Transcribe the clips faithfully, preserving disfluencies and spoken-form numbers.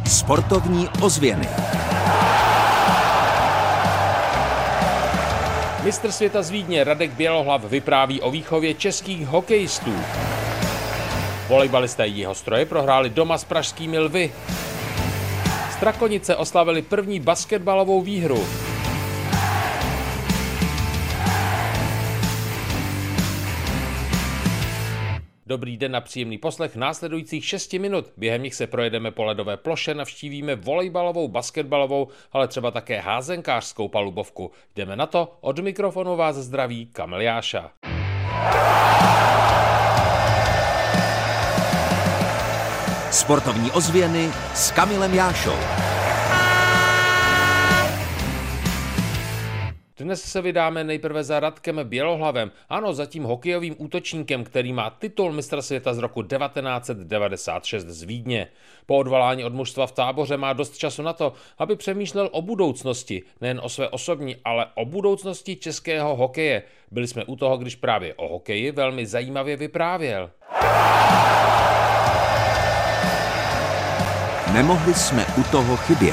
Sportovní ozvěny. Mistr světa z Vídně Radek Bělohlav vypráví o výchově českých hokejistů. Volejbalisté Jihostroje prohráli doma s pražskými Lvy. Strakonice oslavili první basketbalovou výhru. Dobrý den a příjemný poslech následujících šesti minut. Během nich se projedeme po ledové ploše, navštívíme volejbalovou, basketbalovou, ale třeba také házenkářskou palubovku. Jdeme na to, od mikrofonu vás zdraví Kamil Jáša. Sportovní ozvěny s Kamilem Jášou. Dnes se vydáme nejprve za Radkem Bělohlavem, ano, za tím hokejovým útočníkem, který má titul mistra světa z roku devatenáct set devadesát šest z Vídně. Po odvolání od mužstva v Táboře má dost času na to, aby přemýšlel o budoucnosti, nejen o své osobní, ale o budoucnosti českého hokeje. Byli jsme u toho, když právě o hokeji velmi zajímavě vyprávěl. Nemohli jsme u toho chybět.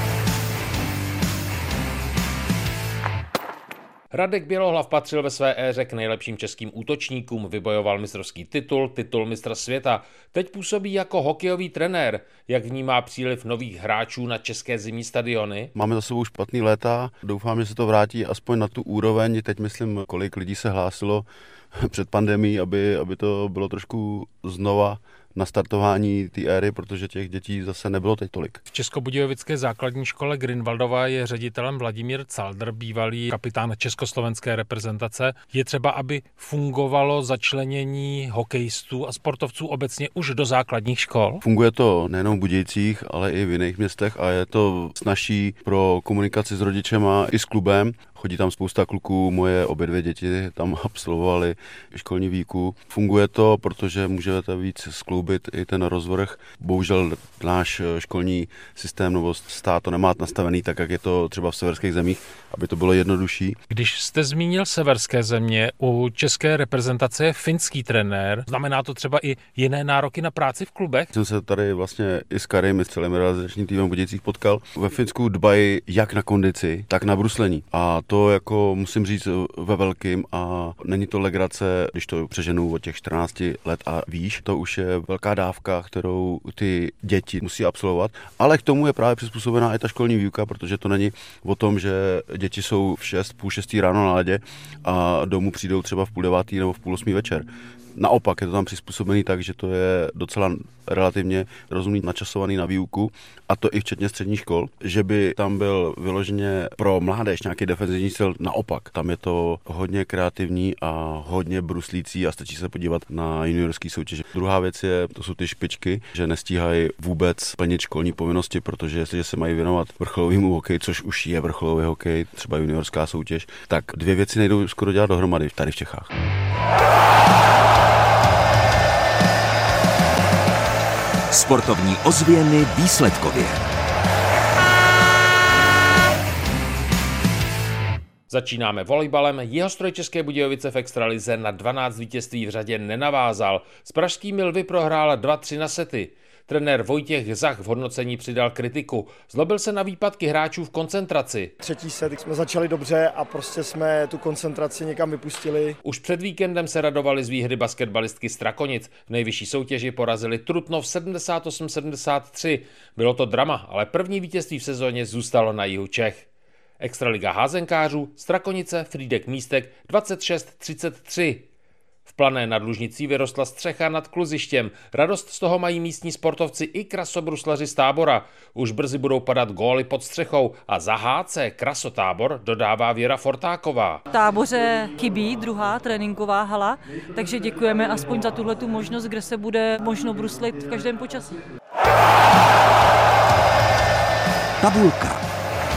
Radek Bělohlav patřil ve své éře k nejlepším českým útočníkům, vybojoval mistrovský titul, titul mistra světa. Teď působí jako hokejový trenér. Jak vnímá příliv nových hráčů na české zimní stadiony? Máme za sebou špatný léta, doufám, že se to vrátí aspoň na tu úroveň. Teď myslím, kolik lidí se hlásilo před pandemií, aby, aby to bylo trošku znova na startování té éry, protože těch dětí zase nebylo teď tolik. V Českobudějovické základní škole Grünwaldova je ředitelem Vladimír Caldr, bývalý kapitán československé reprezentace. Je třeba, aby fungovalo začlenění hokejistů a sportovců obecně už do základních škol? Funguje to nejenom v Budějcích, ale i v jiných městech a je to snazší pro komunikaci s rodičema i s klubem. Chodí tam spousta kluků, moje obě dvě děti tam absolvovaly školní výuku. Funguje to, protože můžete víc skloubit i ten rozvrh. Bohužel náš školní systém nebo stát to nemá nastavený tak, jak je to třeba v severských zemích, aby to bylo jednodušší. Když jste zmínil severské země, u české reprezentace je finský trenér. Znamená to třeba i jiné nároky na práci v klubech? Jsem se tady vlastně i s Karim, i s celým realizačním týmem v Budějcích potkal. Ve Finsku dbají jak na kondici, tak na bruslení. A to jako musím říct ve velkým a není to legrace, když to přeženu od těch čtrnácti let a výš. To už je velká dávka, kterou ty děti musí absolvovat, ale k tomu je právě přizpůsobená i ta školní výuka, protože to není o tom, že děti jsou v šest, půl šestý ráno na ledě a domů přijdou třeba v půl devátý nebo v půl osmý večer. Naopak je to tam přizpůsobený tak, že to je docela relativně rozumný, načasovaný na výuku, a to i včetně středních škol, že by tam byl vyloženě pro mládež nějaký defenzivní styl, naopak. Tam je to hodně kreativní a hodně bruslící a stačí se podívat na juniorský soutěže. Druhá věc je, to jsou ty špičky, že nestíhají vůbec plnit školní povinnosti, protože jestliže se mají věnovat vrcholovému hokeji, což už je vrcholový hokej, třeba juniorská soutěž, tak dvě věci nejdou skoro dělat dohromady tady v Čechách. Sportovní ozvěny výsledkově. Začínáme volejbalem. Jihostroj České Budějovice v extralize na dvanáct vítězství v řadě nenavázal. S pražskými Lvy prohrál dva tři na sety. Trenér Vojtěch Zach v hodnocení přidal kritiku. Zlobil se na výpadky hráčů v koncentraci. Třetí set jsme začali dobře a prostě jsme tu koncentraci někam vypustili. Už před víkendem se radovali z výhry basketbalistky Strakonic. V nejvyšší soutěži porazili Trutnov sedmdesát osm sedmdesát tři. Bylo to drama, ale první vítězství v sezóně zůstalo na jihu Čech. Extraliga házenkářů, Strakonice, Frýdek Místek dvacet šest třicet tři. V Plané nad Lužnicí vyrostla střecha nad kluzištěm. Radost z toho mají místní sportovci i krasobruslaři z Tábora. Už brzy budou padat góly pod střechou a za H C Krasotábor dodává Věra Fortáková. V Táboře chybí druhá tréninková hala, takže děkujeme aspoň za tuhletu možnost, kde se bude možno bruslit v každém počasí. Tabulka.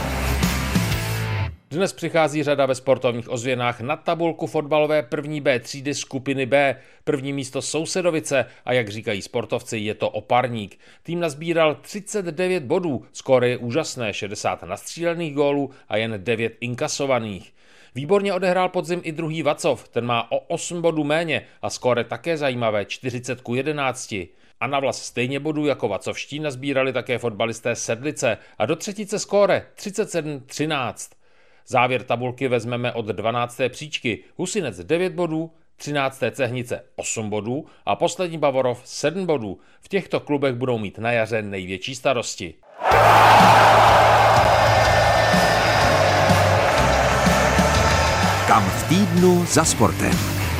Dnes přichází řada ve sportovních ozvěnách na tabulku fotbalové první B třídy skupiny B. První místo Sousedovice a jak říkají sportovci, je to oparník. Tým nazbíral třicet devět bodů, skóre je úžasné, šedesát nastřílených gólů a jen devět inkasovaných. Výborně odehrál podzim i druhý Vacov, ten má o osm bodů méně a skóre také zajímavé, čtyřicet ku jedenácti. A na vlas stejně bodů jako vacovští nazbírali také fotbalisté Sedlice a do třetice skóre třicet sedm třináct. Závěr tabulky vezmeme od dvanácté příčky. Husinec devět bodů, třinácté Cehnice osm bodů a poslední Bavorov sedm bodů. V těchto klubech budou mít na jaře největší starosti. Kam v týdnu za sportem.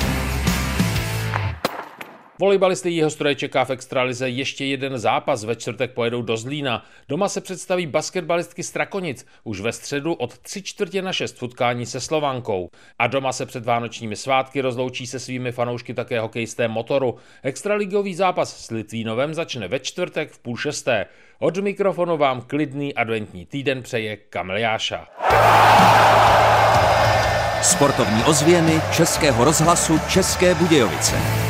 Volejbalisty Jihostroje čeká v extralize ještě jeden zápas. Ve čtvrtek pojedou do Zlína. Doma se představí basketbalistky Strakonic už ve středu od tři čtvrtě na šest v utkání se Slovankou. A doma se před vánočními svátky rozloučí se svými fanoušky také hokejisté Motoru. Extraligový zápas s Litvínovem začne ve čtvrtek v půl šesté. Od mikrofonu vám klidný adventní týden přeje Kamil Jáša. Sportovní ozvěny Českého rozhlasu České Budějovice.